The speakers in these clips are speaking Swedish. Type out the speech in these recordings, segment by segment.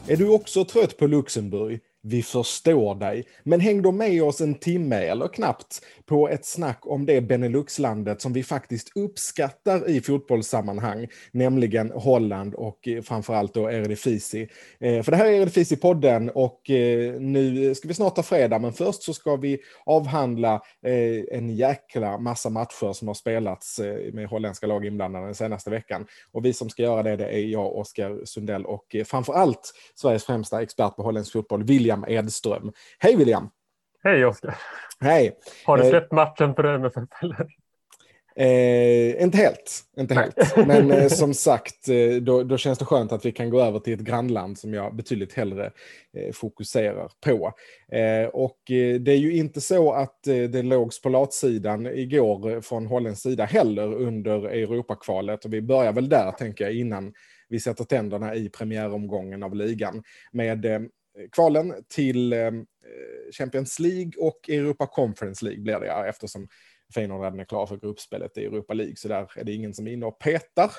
Är du också trött på Luxemburg? Vi förstår dig. Men häng då med oss en timme eller knappt på ett snack om det Benelux-landet som vi faktiskt uppskattar i fotbollssammanhang, nämligen Holland och framförallt då Eredivisie. För det här är Eredivisie-podden och nu ska vi snart ta fredag, men först så ska vi avhandla en jäkla massa matcher som har spelats med holländska lag inblandade den senaste veckan. Och vi som ska göra det är jag, Oskar Sundell, och framförallt Sveriges främsta expert på holländsk fotboll, William Edström. Hej William! Hej Oskar! Hej! Har du släppt matchen för MFF eller? Inte helt. Men som sagt, då känns det skönt att vi kan gå över till ett grannland som jag betydligt hellre fokuserar på. Och det är ju inte så att det lågs på latsidan igår från holländsk sida heller under Europakvalet. Och vi börjar väl där, tänker jag, innan vi sätter tänderna i premiäromgången av ligan. Med kvalen till Champions League och Europa Conference League blir det, eftersom Feyenoord redan är klar för gruppspelet i Europa League, så där är det ingen som är inne och petar.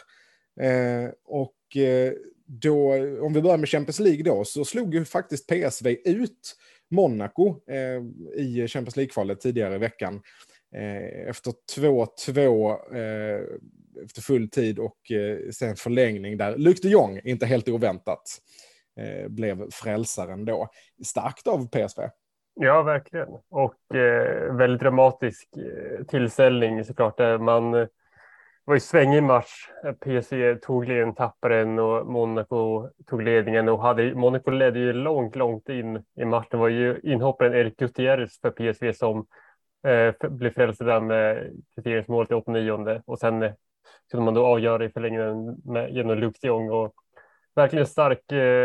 Då, om vi börjar med Champions League då, så slog ju faktiskt PSV ut Monaco i Champions League-kvalet tidigare i veckan. Efter 2-2 efter full tid och sen förlängning där Luc de Jong, inte helt oväntat, blev frälsaren då. Starkt av PSV. Ja, verkligen. Och väldigt dramatisk tillställning såklart. Man var ju svängig match. PSG tog ledningen, tappade den och Monaco tog ledningen. Och Monaco ledde ju långt in i matchen. Det var ju inhopparen Eric Gutierrez för PSV som blev frälst där med Gutierrez mål till 89. Och sen kunde man då avgöra i förlängningen genom Luc de Jong. Och verkligen stark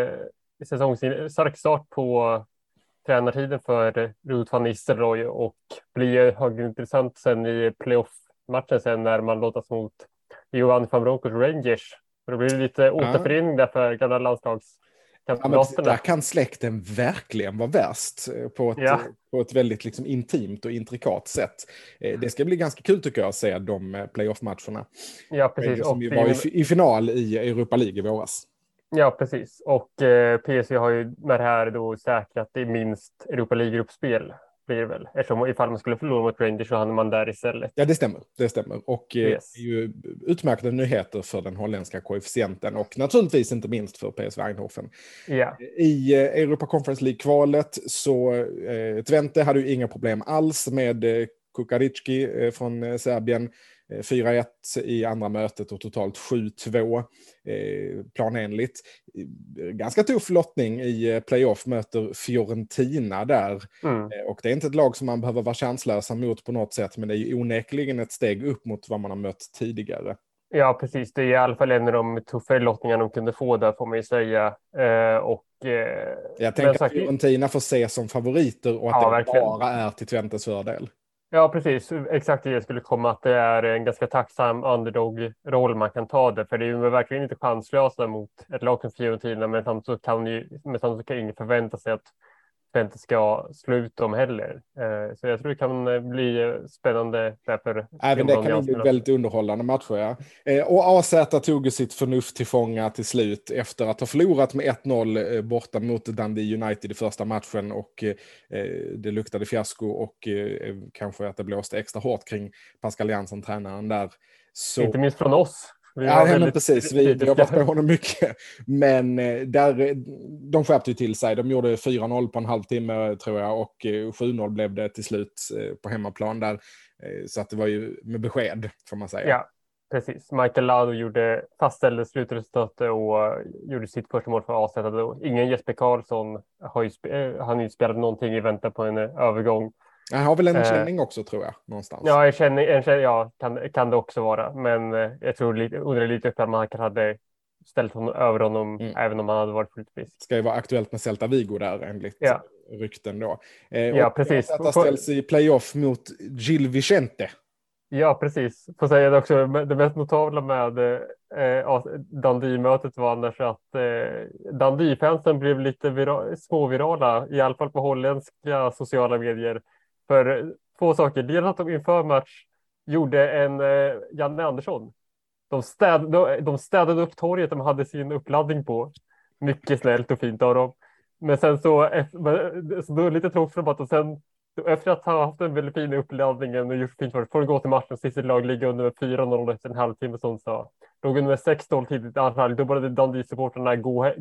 start på tränartiden för Ruud van Nistelrooy, och blir högintressant sen i playoff-matchen sen när man lottas mot Johan van Bronckhorst Rangers. Och det blir lite återförening där för gamla landslagskamraterna. Där kan släkten verkligen vara värst på ett väldigt liksom intimt och intrikat sätt. Det ska bli ganska kul, tycker jag, att se de playoff-matcherna. Ja, precis. Som ju var i final i Europa League i våras. Ja, precis. Och PSV har ju med det här då säkrat i minst Europa League-gruppspel, blir det väl. Eftersom ifall man skulle förlora mot Rangers så hamnar man där istället. Ja, det stämmer. Och det är ju utmärkta nyheter för den holländska koefficienten och naturligtvis inte minst för PSV Eindhoven. Ja. I Europa Conference League-kvalet så Twente hade ju inga problem alls med Kukaricki från Serbien. 4-1 i andra mötet och totalt 7-2 planenligt. Ganska tuff lottning i playoff, möter Fiorentina där. Och det är inte ett lag som man behöver vara chanslösa mot på något sätt, men det är ju onekligen ett steg upp mot vad man har mött tidigare. Ja, precis. Det är i alla fall en av de tuffare lottningar de kunde få där, får man ju säga. Jag tänker att Fiorentina får se som favoriter och att det verkligen bara är till Twentes fördel. Ja, precis. Exakt det skulle komma, att det är en ganska tacksam underdog-roll man kan ta det. För det är ju verkligen inte chanslösa mot ett lag som Fiorentina, men samtidigt kan ingen förvänta sig att Twente ska slå ut dem heller. Så jag tror det kan bli spännande därför. Även det kan bli väldigt underhållande matcher, ja. Och AZ tog sitt förnuft till fånga till slut efter att ha förlorat med 1-0 borta mot Dundee United i första matchen, och det luktade fiasko och kanske att det blåste extra hårt kring Pascal Jansson, tränaren där. Så... Inte minst från oss. Men precis, vi har varit på honom mycket. Men de skärpte ju till sig. De gjorde 4-0 på en halvtimme, tror jag, och 7-0 blev det till slut på hemmaplan där. Så att det var ju med besked, får man säga. Ja, precis. Michael Lado fastställde slutresultatet och gjorde sitt första mål för AZ. Ingen Jesper Karlsson har ju spelat någonting i väntan på en övergång. Han har väl en känning också, tror jag, någonstans. Ja, kan det också vara. Men jag tror undrar lite upp att man hade ställt honom över honom även om han hade varit fullt frisk. Ska ju vara aktuellt med Celta Vigo där, enligt rykten då. Precis. Att ställs i playoff mot Gil Vicente. Ja, precis. Får säga det också. Det mest notabla med Dundee-mötet var annars att Dundee-fansen blev lite småvirala, i alla fall på holländska sociala medier. För två saker. Dels att de inför match gjorde en Janne Andersson. De städade upp torget de hade sin uppladdning på mycket snällt och fint av dem. Men sen så då är det lite tråkigt för dem och sen efter att ha haft en väldigt fin uppladdning och gjort fint för det, får du gå till matchen, sista lag ligga under med 4-0 efter en halvtimme, som sa. Låg under med 6-0 tidigt i andra halvlek, då började Dundee-supportrarna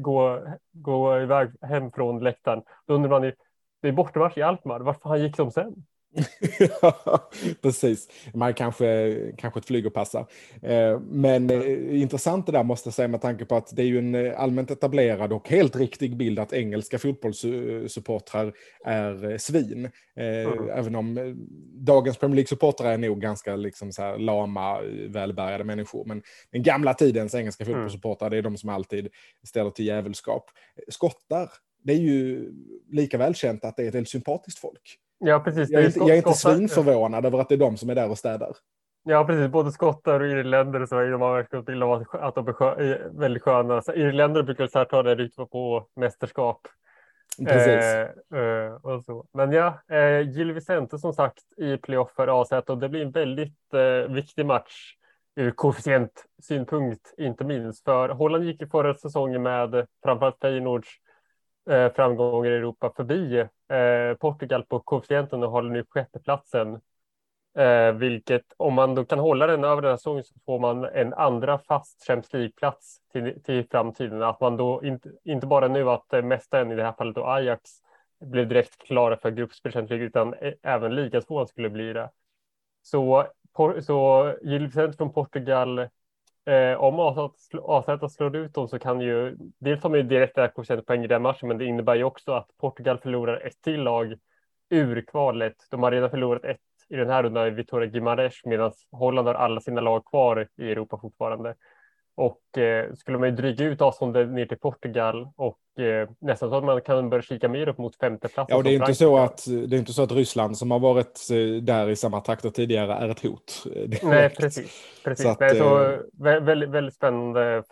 gå iväg hem från läktaren. Då undrar man ju, det är bortamatch i Alkmaar, varför han gick de sen? Ja, precis. Man kanske ett flyg och passar. Men intressant det där, måste jag säga, med tanke på att det är ju en allmänt etablerad och helt riktig bild att engelska fotbollssupportrar är svin. Även om dagens Premier League-supportrar är nog ganska liksom så här lama, välbärgade människor. Men den gamla tidens engelska fotbollssupportrar, det är de som alltid ställer till jävelskap. Skottar, det är ju lika välkänt att det är ett helt sympatiskt folk. Ja, precis. Jag är inte svinförvånad över att det är de som är där och städar. Ja, precis. Både skottar och irländare så är de verkligen till att de är väldigt sköna. Så irländare brukar så här ta det ut på mästerskap. Precis. Och så. Men ja, Gil Vicente som sagt i playoff för AZ, och det blir en väldigt viktig match ur koefficient-synpunkt, inte minst. För Holland gick ju förra säsongen med framförallt Feyenoords framgångar i Europa förbi Portugal på koefficienten och håller nu sjätteplatsen. Vilket, om man då kan hålla den över den här säsongen, så får man en andra fast Champions League-plats till framtiden. Att man då inte bara nu att mästaren, i det här fallet då Ajax, blev direkt klara för gruppspel Champions League, utan även ligatvåan skulle bli det. Så Gil Vicente från Portugal, om AZ slår ut dem, så kan ju dels har man ju direkt där koefficientpoäng i den matchen, men det innebär ju också att Portugal förlorar ett till lag ur kvalet. De har redan förlorat ett i den här rundan, Vitória Guimarães, medan Holland har alla sina lag kvar i Europa fortfarande. Och skulle man ju dryga ut avståndet ner till Portugal, och nästan så att man kan börja kika mer upp mot femteplatsen. Ja, och det är inte så att Ryssland, som har varit där i samma trakter tidigare, är ett hot. Nej, precis. Så att, väldigt, väldigt spännande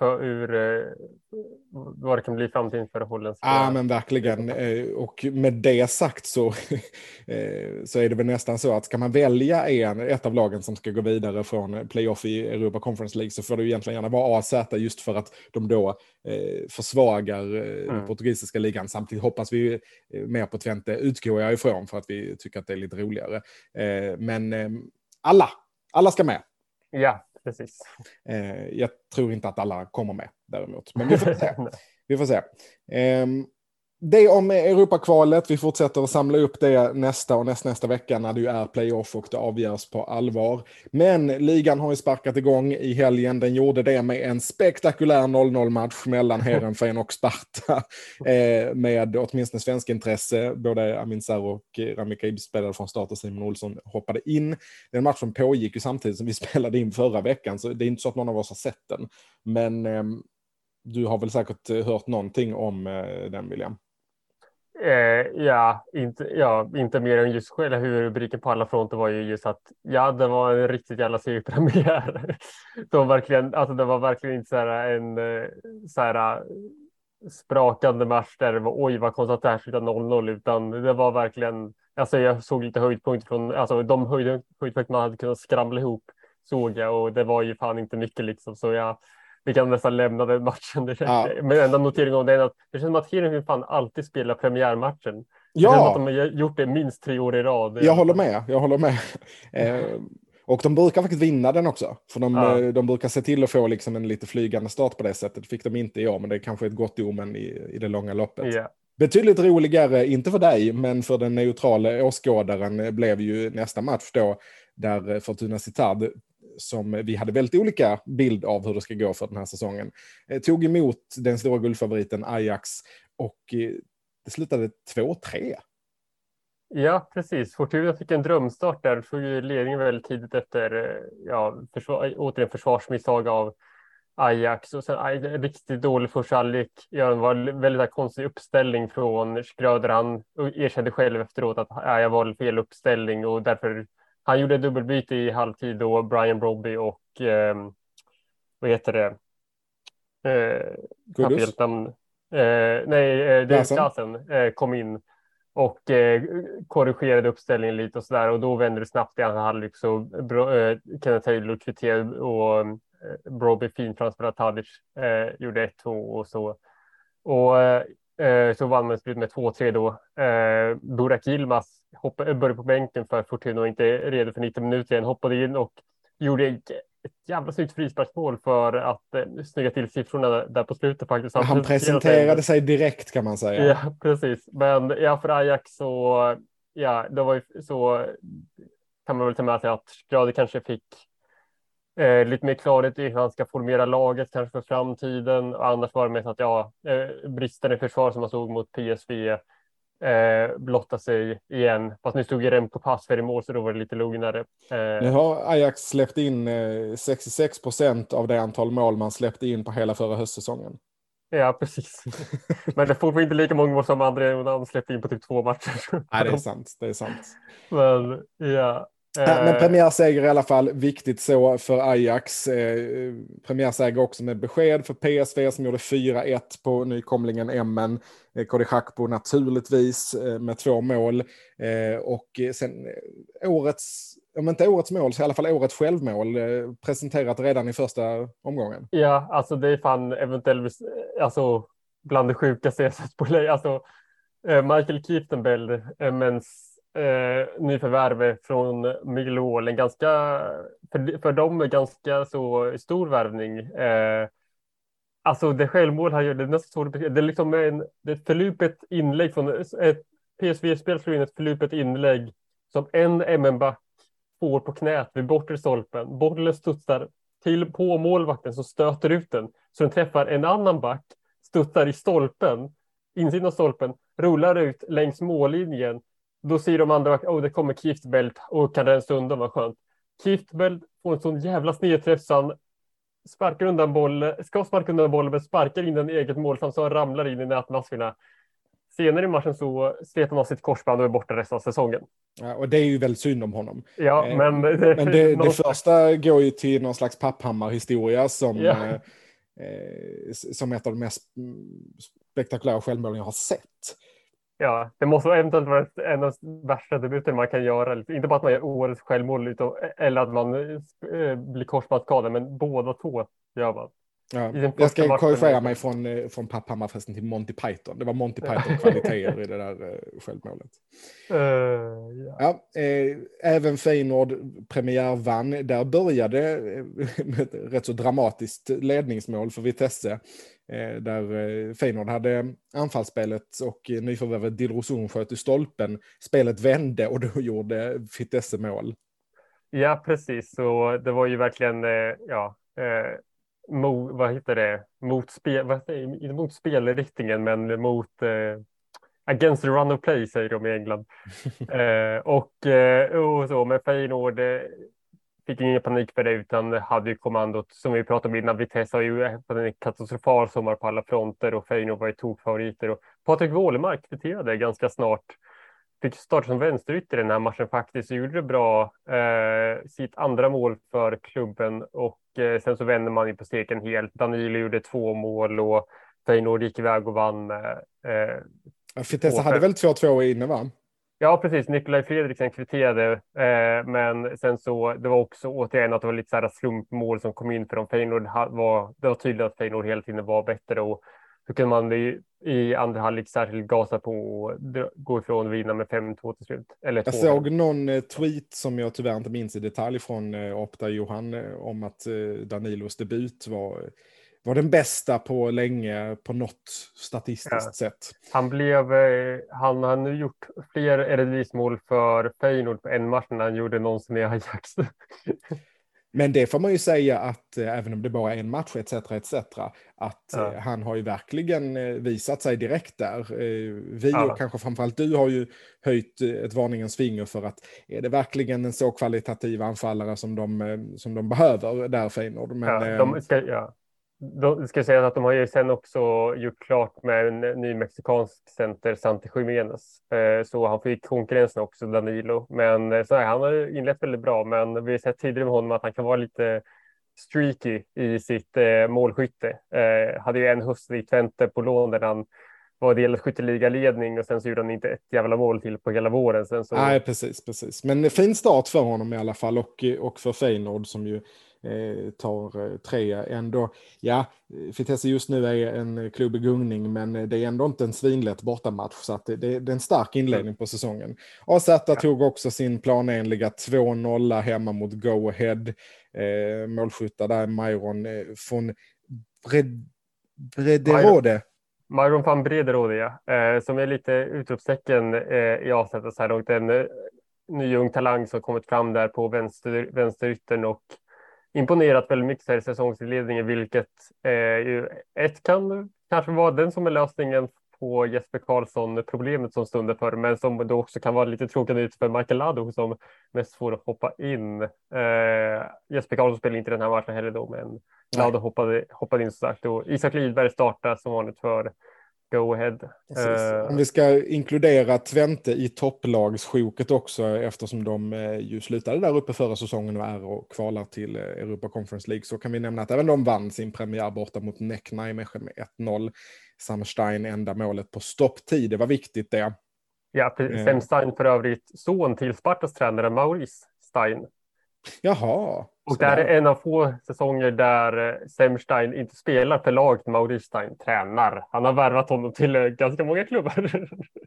vad det kan bli framtiden för holländska. Ja, men verkligen. Och med det sagt så är det väl nästan så att ska man välja ett av lagen som ska gå vidare från playoff i Europa Conference League, så får det egentligen gärna vara AZ, just för att de då försvagar den portugisiska ligan. Samtidigt hoppas vi mer på Twente, utgår jag ifrån, för att vi tycker att det är lite roligare. Men alla ska med. Ja, precis. Jag tror inte att alla kommer med däremot. Men vi får se. Vi får se. Det om Europakvalet. Vi fortsätter att samla upp det nästa och nästa vecka, när det ju är playoff och det avgörs på allvar. Men ligan har ju sparkat igång i helgen. Den gjorde det med en spektakulär 0-0-match mellan Heerenveen och Sparta. Med åtminstone svensk intresse. Både Amin Sarr och Rami Kaib spelade från start och Simon Olsson hoppade in. Den matchen pågick ju samtidigt som vi spelade in förra veckan, så det är inte så att någon av oss har sett den. Men du har väl säkert hört någonting om den, William? Inte mer än just själva huvudrubriken på alla fronter var ju just att det var en riktigt jävla seriepremiär. Det var verkligen inte så här en så här sprakande match där det var oj vad konstigt att det här slutade 0-0, utan det var verkligen, alltså jag såg lite höjdpunkter från, alltså de höjdpunkter man hade kunnat skramla ihop såg jag, och det var ju fan inte mycket liksom, så vi kan nästan lämna den matchen direkt. Ja. Men enda notering om det är att det känns som att Heerenveen fan alltid spelar premiärmatchen. Det känns som att de har gjort det minst 3 år i rad. Jag håller med. Och de brukar faktiskt vinna den också. För de brukar se till att få liksom en lite flygande start på det sättet. Det fick de inte i år, men det är kanske ett gott omen i det långa loppet. Yeah. Betydligt roligare, inte för dig, men för den neutrala åskådaren blev ju nästa match då, där Fortuna Sittard, som vi hade väldigt olika bild av hur det ska gå för den här säsongen, tog emot den stora guldfavoriten Ajax, och det slutade 2-3. Ja, precis. Fortuna fick en drömstart där, så ju ledningen väldigt tidigt efter återigen försvarsmisstag av Ajax, och sen en riktigt dålig första halvlek. Det var en väldigt konstig uppställning från Schröder. Han erkände själv efteråt att jag var fel uppställning, och därför han gjorde dubbelbyte i halvtid då Brian Brobby och vad heter det? Kudus? Klasen kom in och korrigerade uppställningen lite och sådär, och då vände det snabbt i andra halvlek, så Kenneth Taylor kvitterade och Brobby fin framspelad Tadic gjorde 1-2, och så Och så vann man slut med 2-3 då. Burak Yilmaz började på bänken för Fortuna och inte är redo för 90 minuter igen. Hoppade in och gjorde ett jävla snyggt frisparksmål för att snygga till siffrorna där på slutet faktiskt. Han presenterade sig direkt kan man säga. Ja, precis. Men ja, för Ajax så, ja, det var ju så, kan man väl ta med sig att Grade kanske fick lite mer klarhet i hur han ska formera laget kanske för framtiden. Och annars var det med att bristen i försvar som man såg mot PSV blotta sig igen. Fast nu stod Remco Passver i mål så då var det lite lugnare. Nu har Ajax släppt in 66% av det antal mål man släppte in på hela förra höstsäsongen. Ja, precis. Men det får inte lika många mål som André Onana släppte in på typ 2 matcher. Nej, det är sant. Det är sant. Men ja. Men premiärseger i alla fall, viktigt så för Ajax. Premiärseger också med besked för PSV som gjorde 4-1 på nykomlingen Emmen. Kodi Gakpo naturligtvis med 2 mål. Och sen årets, om inte årets mål så i alla fall årets självmål presenterat redan i första omgången. Ja, alltså det är fan eventuellt alltså bland det sjukaste jag sett på alltså Michael Kieftenbeld, Emmens nyförvärv från Millwall, en ganska för dem är ganska så stor värvning. Alltså det självmål han gör, det är nästan svårt. Det är liksom det är ett förlupet inlägg från ett PSV-spel slår in ett förlupet inlägg som en MN-back får på knät vid bortre stolpen. Bollen studsar till på målvakten som stöter ut den. Så den träffar en annan back, studsar i stolpen, insidan av stolpen, rullar ut längs mållinjen. Då ser de andra att det kommer Kieftenbeld och kan rensa undan, vad skönt. Kieftenbeld får en sån jävla snedträff så han sparkar undan bollen, ska sparka undan bollen men sparkar in den i eget mål så han ramlar in i nätmaskorna. Senare i matchen så slet han av sitt korsband och är borta resten av säsongen. Ja, och det är ju väldigt synd om honom. Ja, men det första går ju till någon slags Papphammar-historia som ett av de mest spektakulära självmålen jag har sett. Ja, det måste eventuellt vara en av de värsta debuter man kan göra. Inte bara att man gör årets självmål eller att man blir korsbandsskadad, men båda två gör man. Ja. Jag ska korrigera mig från Papphammar förresten till Monty Python. Det var Monty Python-kvaliteter i det där självmålet. Även Feyenoord premiärvann. Där började med ett rätt så dramatiskt ledningsmål för Vitesse. Där Feyenoord hade anfallsspelet och nyförvärvet Dilrosun sköt i stolpen. Spelet vände och då gjorde Vitesse mål. Ja, precis. Så det var ju verkligen mot spelriktningen, men mot against the run of play säger de i England. och så, men Feyenoord fick ingen panik för det utan hade ju kommandot som vi pratade om innan. Vitesse har ju haft en katastrofal sommar på alla fronter och Feyenoord var ju tokfavoriter och Patrik Wålemark kvitterade ganska snart. Fick starta som vänsterytter i den här matchen faktiskt. Gjorde det bra. Sitt andra mål för klubben och sen så vände man ju på steken helt. Danilo gjorde 2 mål och Feyenoord gick iväg och vann. Vitesse hade väl 2-2 inne, va? Ja, precis. Nikolaj Fredriksen kvitterade. Men sen så, det var också återigen att det var lite så här slumpmål som kom in för dem. Feyenoord det var tydligt att Feyenoord hela tiden var bättre och hur kan man i andra halvlek särskilt gasa på och gå ifrån och vinna med 5-2 till slut? Eller jag såg någon tweet som jag tyvärr inte minns i detalj från Opta Johan om att Danilos debut var den bästa på länge på något statistiskt sätt. Han har nu gjort fler Eredivisie-mål för Feyenoord på en match när han gjorde någonsin i Ajax. Men det får man ju säga att även om det bara är en match etc. att han har ju verkligen visat sig direkt där. Vi och kanske framförallt du har ju höjt ett varningens finger för att är det verkligen en så kvalitativ anfallare som de behöver där Feyenoord. Men, Då ska jag säga att de har ju sen också gjort klart med en ny mexikansk center, Santi Jiménez. Så han fick konkurrensen också, Danilo. Men så han har inlett väldigt bra, men vi har sett tidigare med honom att han kan vara lite streaky i sitt målskytte. Hade ju en höst i Twente på lån där han var del av skytteligaledning och sen så gjorde han inte ett jävla mål till på hela våren. Sen så... Nej, precis. Men fin start för honom i alla fall och för Feyenoord som ju tar 3 ändå. Ja, Vitesse just nu är en klubb i gungning, men det är ändå inte en svinlätt bortamatch, så att det är en stark inledning på säsongen. AZ tog också sin planenliga 2-0 hemma mot Go Ahead. Målskyttar där, Myron från Brederode. Myron van Brederode, ja. Som är lite utropstecken i AZ så här långt. En ny ung talang som kommit fram där på vänsteryttern och imponerat väldigt mycket här i säsongsinledningen, vilket ju kan kanske vara den som är lösningen på Jesper Karlsson-problemet som stunder för, men som då också kan vara lite tråkigt ut för Michael Lado som mest får hoppa in. Jesper Karlsson spelar inte den här matchen heller då, men Lado hoppade in så sagt, och Isak Lidberg startar som vanligt för Go Ahead. Om vi ska inkludera Twente i topplagssjoket också, eftersom de ju slutade där uppe förra säsongen och kvalar till Europa Conference League, så kan vi nämna att även de vann sin premiär borta mot Neck Nijmegen med 1-0. Sam Stein enda målet på stopptid, det var viktigt det. Ja, Sam Stein för övrigt son till Spartas tränare Maurice Stein. Jaha. Och det är en av få säsonger där Sam Stein inte spelar för laget Maurice Stein tränar. Han har värvat honom till ganska många klubbar.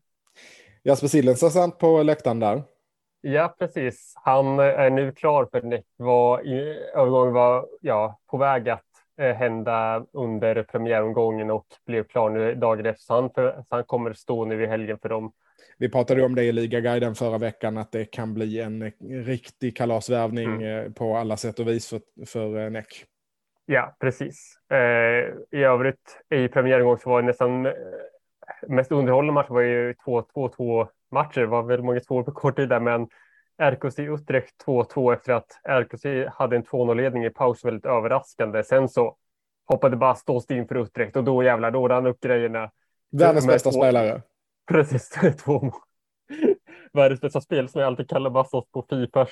Jasper Sillen på läktaren där. Ja, precis. Han är nu klar för Neck. Övergången var på väg att hända under premiäromgången och blev klar nu dagen efter. Så han kommer stå nu i helgen för dem. Vi pratade om det i Ligaguiden förra veckan, att det kan bli en riktig kalasvärvning på alla sätt och vis för Neck. Ja, precis. I övrigt i premiäromgången så var det nästan mest underhållande match var ju 2-2 matcher. Det var väldigt många svåra på kort tid där, men RKC Utrecht 2-2 efter att RKC hade en 2-0-ledning i paus, väldigt överraskande. Sen så hoppade Bastos in för Utrecht och då rann han upp grejerna. Världens bästa spelare. Precis, 2 världens bästa spel som jag alltid kallar Bastos på FIFA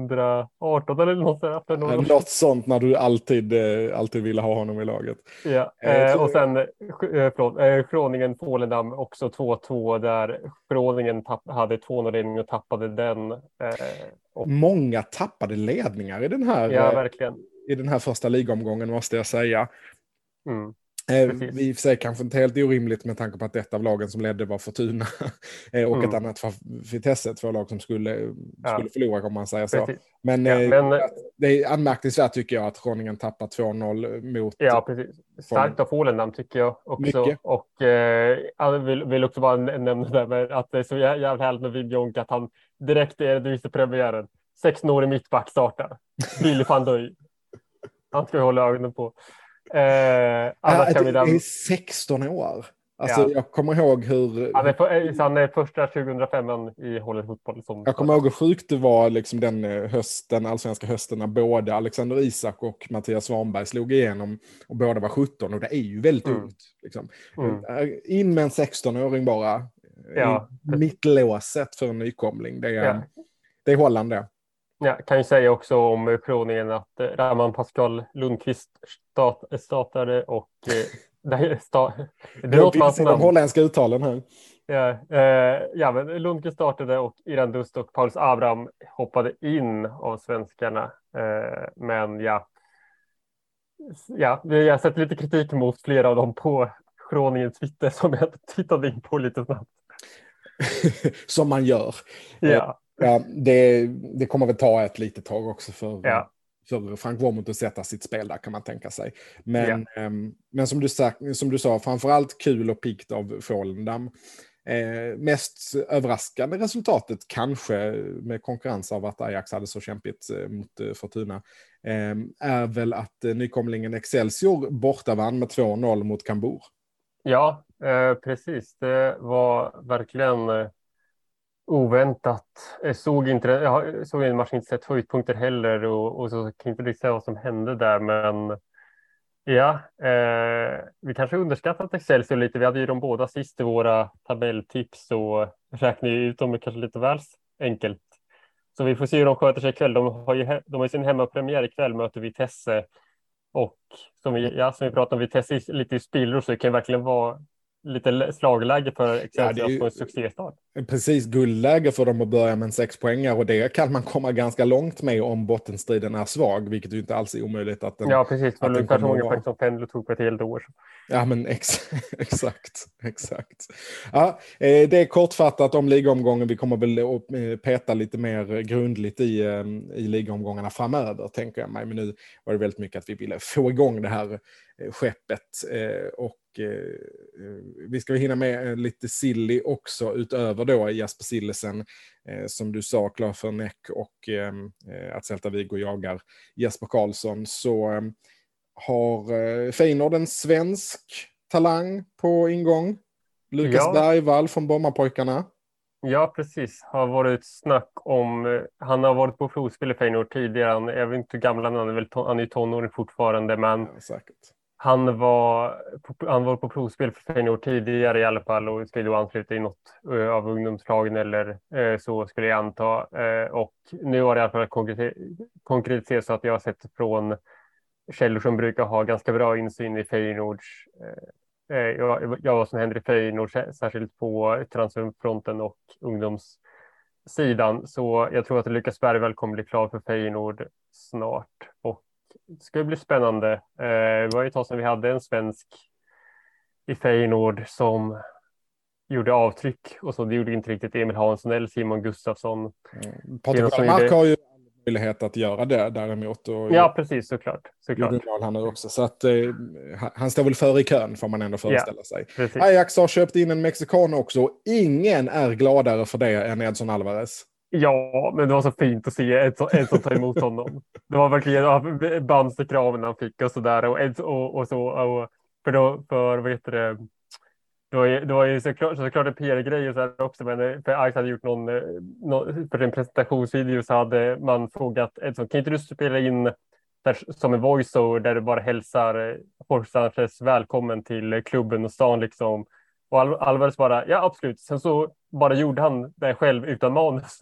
2018 eller något sånt. Något sånt när du alltid ville ha honom i laget. Ja, och sen Groningen Volendam också 2-2 där Groningen hade 2-0-ledning och tappade den. Många tappade ledningar i den här, verkligen. I den här första ligomgången, måste jag säga. Vi säger kanske inte helt orimligt med tanke på att ett av lagen som ledde var Fortuna och ett annat var Vitesse, 2 lag som skulle förlora, om man säger så. Men det är anmärkningsvärt tycker jag att Groningen tappar 2-0 mot... Ja, precis. Starkt av Volendam tycker jag också. Mycket. Och jag vill också bara nämna där att det är så jävla härligt med Wim att han direkt är det premiären. 16-årig mittback startar. Billy van Dijk. Han ska vi hålla ögonen på. Det är 16 år. Alltså, jag kommer ihåg hur... Han är första 2005 i Hållet fotboll. Jag kommer ihåg hur sjukt det var liksom den allsvenska hösten när både Alexander Isak och Mattias Svanberg slog igenom och båda var 17, och det är ju väldigt ungt. Liksom. In med en 16-åring bara. Mittlåset för en nykomling. Det är Holland det. Ja, kan ju säga också om Groningen att Raman Pascal Lundqvist startade och det är de holländska uttalen här. Men Lundqvist startade och Iran Dust och Paulus Abraham hoppade in av svenskarna. Men jag har sett lite kritik mot flera av dem på Groningens Twitter som jag tittade in på lite snabbt. Som man gör. Ja. Ja, det kommer väl ta ett litet tag också för Frank Wormuth att sätta sitt spel där, kan man tänka sig. Men som du sa, framförallt kul och pikt av Volendam. Mest överraskande resultatet kanske, med konkurrens av att Ajax hade så kämpigt mot Fortuna, är väl att nykomlingen Excelsior bortavann med 2-0 mot Cambuur. Ja, precis. Det var verkligen oväntat. Jag såg en match, inte sett höjdpunkter heller och så kan inte riktigt säga vad som hände där, men vi kanske underskattat Excelsior lite. Vi hade ju de båda sist i våra tabelltips och räknade ut dem kanske lite väl enkelt. Så vi får se hur de sköter sig ikväll. De har ju sin hemmapremiär ikväll, möter Vitesse, och som vi pratade om, Vitesse lite i spillror, så det kan verkligen vara lite slagläge för Ja, det är Excelsior ju på en succéstart. precis guldläge för dem att börja med en 6-poängare, och det kan man komma ganska långt med om bottenstriden är svag, vilket ju inte alls är omöjligt att den, Ja, precis. Det att var den ungefär så kommer att många vara. poäng som Pendlo tog på ett helt år. Ja, men exakt. Ja, det är kortfattat om ligaomgången. Vi kommer väl att peta lite mer grundligt i ligaomgångarna framöver, tänker jag mig. Men nu var det väldigt mycket att vi ville få igång det här skeppet. Och vi ska hinna med lite silly också, utöver då Jasper Sillesen, som du sa, klar för Näck, och att Celta Vigo jagar Jesper Karlsson. Så har Feyenoord en svensk talang på ingång. Lukas Bergvall från Brommapojkarna. Ja, precis. Har varit snack om... Han har varit på provspel i Feyenoord tidigare. Jag vet inte hur gammal han är. Han är ju tonåring fortfarande, men Ja, säkert. han var på provspel för Feyenoord tidigare i alla fall, och ska då ansluta i något av ungdomslagen eller så skulle jag anta. Och nu har det i alla fall konkretiserat så att jag har sett från källor som brukar ha ganska bra insyn i Feyenoords vad som händer i Feyenoord, särskilt på transferfronten och ungdomssidan. Så jag tror att Lukas Bergvall kommer bli klar för Feyenoord snart, och det ska bli spännande. Det var ju ett tag sedan vi hade en svensk i Feyenoord som gjorde avtryck, och så det gjorde inte riktigt Emil Hansson eller Simon Gustafsson. Patrik Wallmark har ju möjlighet att göra det däremot. Och ja, precis, såklart. Gjorde han också. Så att han står väl före i kön, får man ändå föreställa sig. Precis. Ajax har köpt in en mexikan också. Ingen är gladare för det än Edson Alvarez. Ja, men det var så fint att se ett som tar emot honom. Det var verkligen bamsekraven han fick och sådär. Och så. Och för vad heter det? Det var ju såklart en PR-grej och så här också, men för Ajax hade gjort någon för en presentationsvideo, så hade man frågat Edson, kan inte du spela in där, som en voiceover där du bara hälsar Jorge Sanchez välkommen till klubben och stan liksom. Och Alvarez bara, ja absolut. Sen så bara gjorde han det själv utan manus.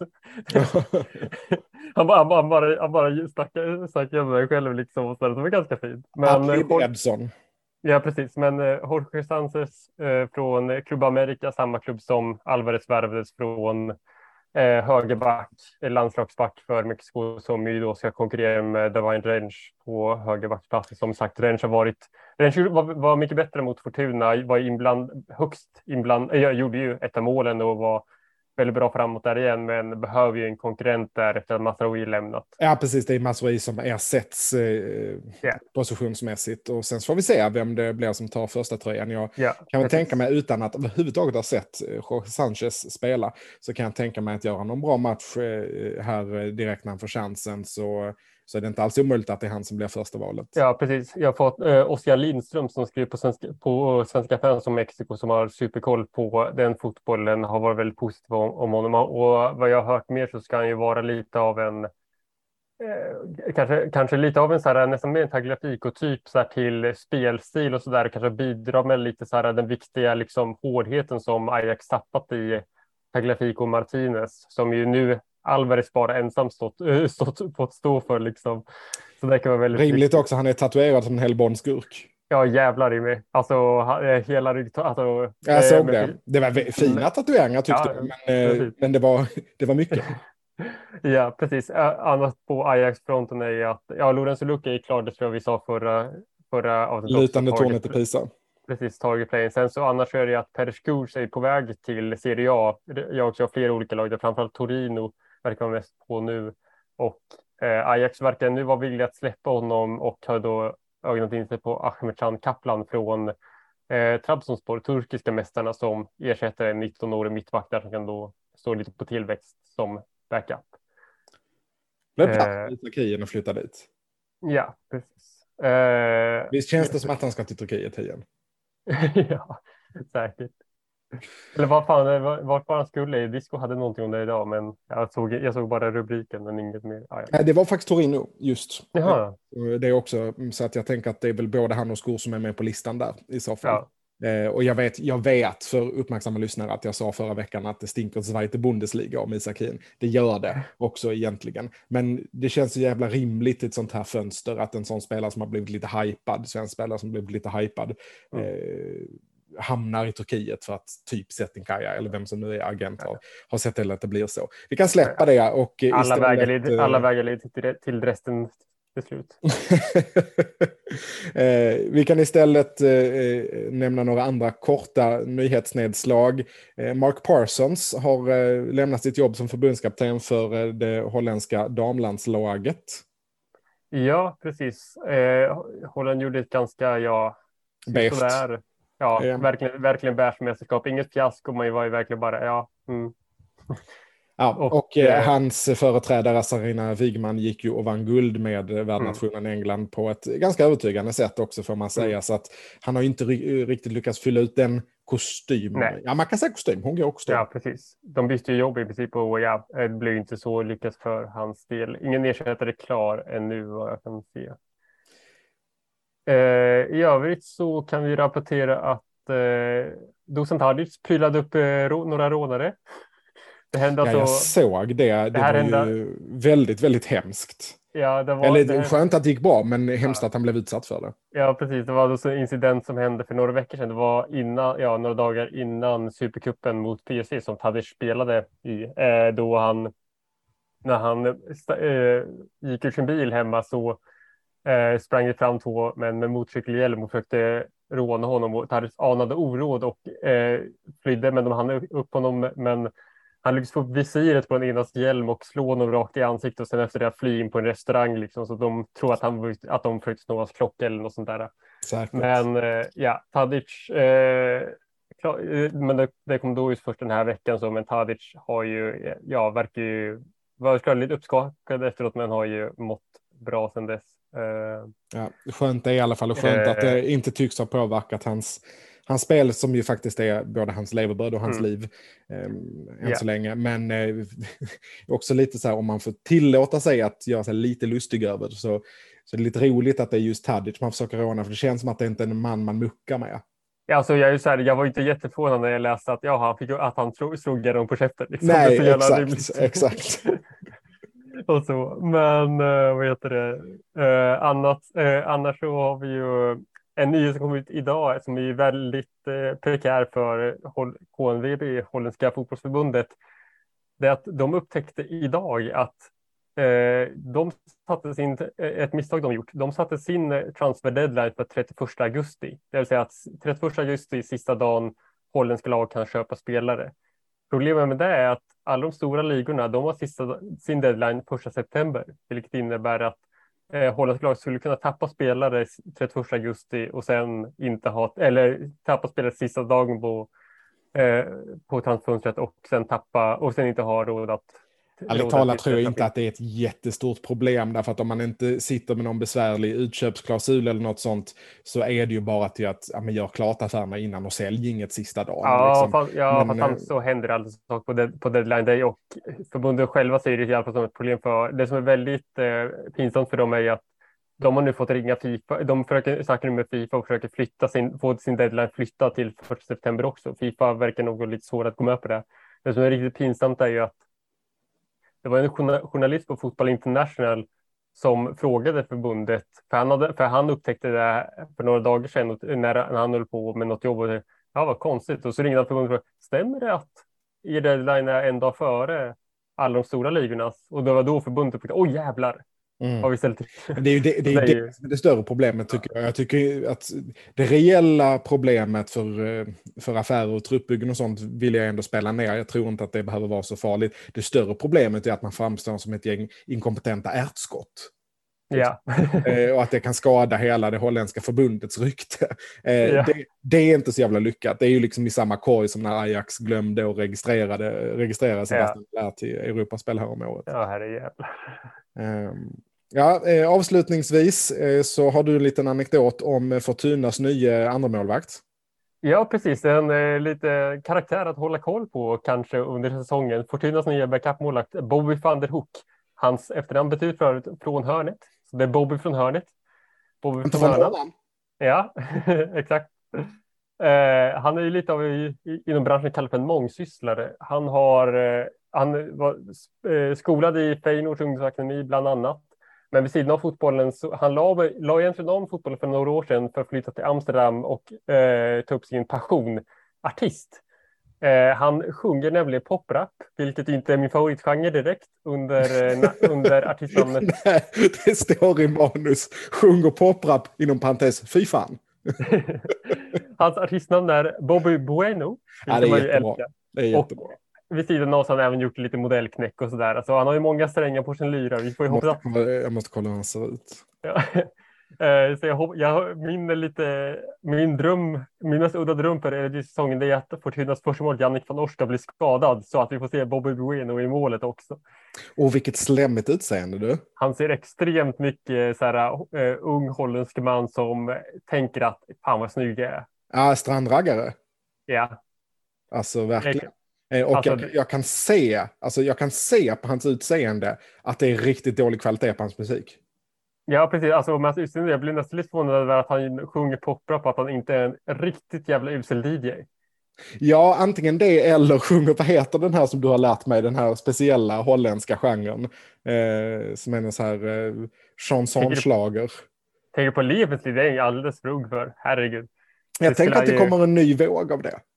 han bara snackade med det själv liksom, och så det var ganska fint. Men Edson. Ja, precis. Men Jorge Sanchez från Club America, samma klubb som Alvarez värvades från, högerback, landslagsback för Mexiko, som ju då ska konkurrera med Davine Rensch på högerbacksplatsen. Som sagt, Rensch var mycket bättre mot Fortuna, var högst inblandad, jag gjorde ju ett av målen och var väldigt bra framåt där igen, men behöver ju en konkurrent där efter att Mazraoui lämnat. Ja, precis. Det är Mazraoui som ersätts positionsmässigt. Och sen så får vi se vem det blir som tar första tröjan. Jag kan väl tänka mig, utan att överhuvudtaget ha sett Jorge Sanchez spela, så kan jag tänka mig att göra någon bra match här direkt när han får chansen. Så är det inte alls omöjligt att det är han som blir första valet. Ja, precis. Jag har fått Oskar Lindström som skriver på Svenska fans om Mexiko, som har superkoll på den fotbollen, har varit väldigt positiv om honom. Och vad jag har hört mer så ska han ju vara lite av en kanske lite av en så här, nästan mer en Tagliafico-typ så här, till spelstil och sådär. Kanske bidra med lite så här den viktiga liksom hårdheten som Ajax tappat i Tagliafico och Martinez, som ju nu Alvarez bara ensam fått stå för liksom. Så det kan vara väldigt rimligt viktigt. också, han är tatuerad som en helbonskurk. Ja, jävlar i mig. Alltså hela alltså, jag såg det. Det var fina tatueringar tyckte jag, men det var mycket. Ja, precis. Annat på Ajax-fronten är att Lorenzo Luca är klar, det tror jag vi sa förra avsnittet. Lutande tornet i Pisa. Precis, target play. Sen så annars är det att Perez Gurs är på väg till Serie A. Jag också har flera olika lag, där framförallt Torino verkar vara mest på nu. Och Ajax verkar nu vara villiga att släppa honom, och har då ögnat in sig på Ahmetcan Kaplan från Trabzonspor, turkiska mästarna, som ersätter en 19-årig mittback där som kan då stå lite på tillväxt som backup. Det är plats i Turkiet att flytta dit. Ja, precis. Visst känns det som att han ska till Turkiet igen? Ja, säkert. Eller vad fan, vart var han skulle? Disco hade någonting om det idag, men jag såg bara rubriken, men inget mer. Nej, det var faktiskt Torino, just. Jaha. Det är också, så att jag tänker att det är väl både han och Skor som är med på listan där i så fall. Ja. Och jag vet för uppmärksamma lyssnare att jag sa förra veckan att det stinker Zweite Bundesliga om Isak Hien. Det gör det också egentligen. Men det känns så jävla rimligt i ett sånt här fönster att en sån spelare som har blivit lite hypad, svensk spelare som blivit lite hypad, hamnar i Turkiet för att typ Setin Kaya eller vem som nu är agent har sett till att det blir så. Vi kan släppa det och alla vägar leder till resten till slut. Vi kan istället nämna några andra korta nyhetsnedslag. Mark Parsons har lämnat sitt jobb som förbundskapten för det holländska damlandslaget. Ja, precis. Holland gjorde ett ganska, sådär. Ja, verkligen världsmästerskap. Inget fiasko, man var ju verkligen bara, Ja, och hans företrädare Sarina Wigman gick ju och vann guld med värdnationen England på ett ganska övertygande sätt också, får man säga. Så att han har inte riktigt lyckats fylla ut den kostym. Nej. Ja, man kan säga kostym. Hon går också. Ja, precis. De bytte ju jobb i princip och det blev inte så lyckat för hans del. Ingen ersättare klar ännu, vad jag kan se. I övrigt så kan vi rapportera att Dusan Tadic prylade upp några rånare. Det hände alltså, jag såg det. Det var ju väldigt, väldigt hemskt. Ja, skönt att det gick bra, men hemskt att han blev utsatt för det. Ja, precis. Det var då en incident som hände för några veckor sedan. Det var några dagar innan Supercupen mot PSG som Tadic spelade i. När han gick ur sin bil hemma så sprang det fram två män med motorcykelhjälm och försökte råna honom. Och Tadic anade oråd och flydde, men de hann upp honom. Men han lyckades få visiret på den enas hjälm och slå honom rakt i ansiktet och sen efter det fly in på en restaurang liksom, så de tror att de försökte snå hans klocka eller något sånt där. Säkert. Men Tadic men det kom då just först den här veckan så, men Tadic har ju verkar ju vara lite uppskakad efteråt, men har ju mått bra sedan dess. Skönt är i alla fall, och skönt att det inte tycks ha påverkat hans spel, som ju faktiskt är både hans levebröd och hans liv än så länge. Men också lite så här, om man får tillåta sig att göra sig lite lustig över det, så är det lite roligt att det är just Tadic man försöker råna, för det känns som att det inte är en man man muckar med. Ja, alltså jag var inte jätteförvånad när jag läste att han slog dem på käften. Liksom. Nej, det är så exakt. Och så. Men vad heter det? Annars så har vi ju en nyhet som kom ut idag som är väldigt prekär för KNVB, Holländska fotbollsförbundet. Det är att de upptäckte idag att de satte ett misstag de gjort. De satte sin transfer deadline för 31 augusti. Det vill säga att 31 augusti är sista dagen holländska lag kan köpa spelare. Problemet med det är att alla de stora ligorna, de har sin deadline 1 september, vilket innebär att holländska lag skulle kunna tappa spelare 31 augusti och sen inte ha, eller tappa spelare sista dagen på transferfönstret och sen inte ha råd att. Ärligt talat tror jag inte att det är ett jättestort problem, därför att om man inte sitter med någon besvärlig utköpsklausul eller något sånt, så är det ju bara till att gör klart affärerna innan och sälj inget sista dagen. Ja, liksom. Fast så händer det alltid saker på deadline day, och förbundet själva säger det i alla fall som ett problem. För det som är väldigt pinsamt för dem är att de har nu fått ringa FIFA. De försöker snacka nu med FIFA och försöker få sin deadline flyttad till 1 september också. FIFA verkar nog lite svårt att gå med på det. Det som är riktigt pinsamt är ju att det var en journalist på Football International som frågade förbundet, för han upptäckte det för några dagar sedan när han höll på med något jobb, och det var konstigt. Och så ringde han förbundet och frågade, stämmer det att er deadline är en dag före alla de stora ligornas? Och det var då förbundet tänkte, jävlar. Har vi ställt det är ju det större problemet, tycker jag. Jag tycker att det reella problemet för affärer och truppbyggen och sånt vill jag ändå spela ner. Jag tror inte att det behöver vara så farligt. Det större problemet är att man framstår som ett gäng inkompetenta ärtskott. Ja. Och att det kan skada hela det holländska förbundets rykte. Det är inte så jävla lyckat. Det är ju liksom i samma korg som när Ajax glömde att registrera Sebastian Haller till Europaspel här om året. Ja, herrejävlar. Avslutningsvis så har du en liten anekdot om Fortunas nya andra målvakt. Ja, precis. En lite karaktär att hålla koll på kanske under säsongen. Fortunas nya backup-målvakt Bobby van der Hoek. Hans efternamn betyder från hörnet. Så det är Bobby från hörnet. Bobby inte från hörnan. Ja, exakt. Han är ju lite av inom branschen kallad för en mångsysslare. Han var skolad i Feyenoords ungdomsakademi bland annat. Men vid sidan av fotbollen, så han la egentligen om fotbollen för några år sedan för att flytta till Amsterdam och ta upp sin passion, artist. Han sjunger nämligen poprap, vilket inte är min favoritgenre direkt under artistnamnet. Nej, det står i manus. Sjunger poprap inom parentes. Fy fan. Hans artistnamn är Bobby Bueno. Ja, det är jättebra. Det är jättebra. Och vid sidan av så har han även gjort lite modellknäck och sådär. Alltså, han har ju många strängar på sin lyra. Vi får ju hoppas att... Jag måste kolla hur han ser ut. Ja. Så min mest udda dröm för säsongen, det är att Fortunas första mål, Jannik van Orsta, blir skadad så att vi får se Bobby Bueno i målet också. Och vilket slemmigt utseende du. Han ser extremt mycket så här, ung holländsk man som tänker att fan vad snygg jag är. Ja, strandraggare. Ja. Alltså verkligen. Och jag kan se på hans utseende att det är riktigt dålig kvalitet på hans musik. Ja, precis. Alltså, jag blir nästan lite förvånad över att han sjunger poprap, att han inte är en riktigt jävla usel DJ. Ja, antingen det eller sjunger, vad heter den här som du har lärt mig, den här speciella holländska genren som är en så här chansonschlager. Tänker på Lebenslied, det är jag alldeles för ung för, herregud. Jag tänker att det kommer en ny våg av det.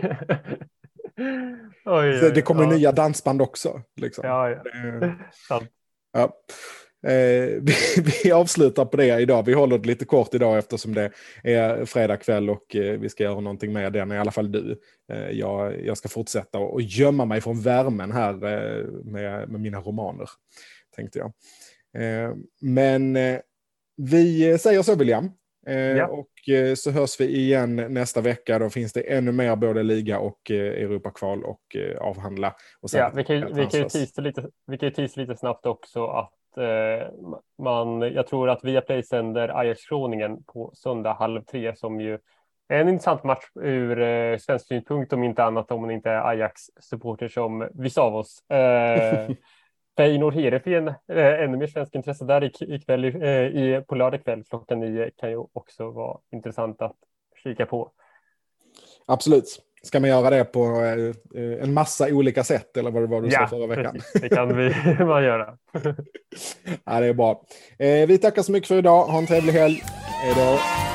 Det kommer nya dansband också. Liksom. Ja. Sant. Ja. Vi avslutar på det idag. Vi håller det lite kort idag eftersom det är fredag kväll och vi ska göra någonting med den, i alla fall du. Jag ska fortsätta och gömma mig från värmen här med mina romaner, tänkte jag. Men vi säger så, William. Ja. Och så hörs vi igen nästa vecka. Då finns det ännu mer både liga och Europakval och avhandla. Och sen vi kan ju teasa lite snabbt också att jag tror att Viaplay sänder Ajax-Groningen på söndag 2:30, som ju är en intressant match ur svensk synpunkt, om inte annat, om man inte är Ajax-supporter som vissa av oss. Feyenoord Heerenveen, ännu mer svensk intresse där ikväll, på lördag kväll klockan 9 kan ju också vara intressant att kika på. Absolut. Ska man göra det på en massa olika sätt, eller vad det var du sa förra veckan? Precis. Det kan man göra. Ja, det är bra. Vi tackar så mycket för idag. Ha en trevlig helg. Hej då.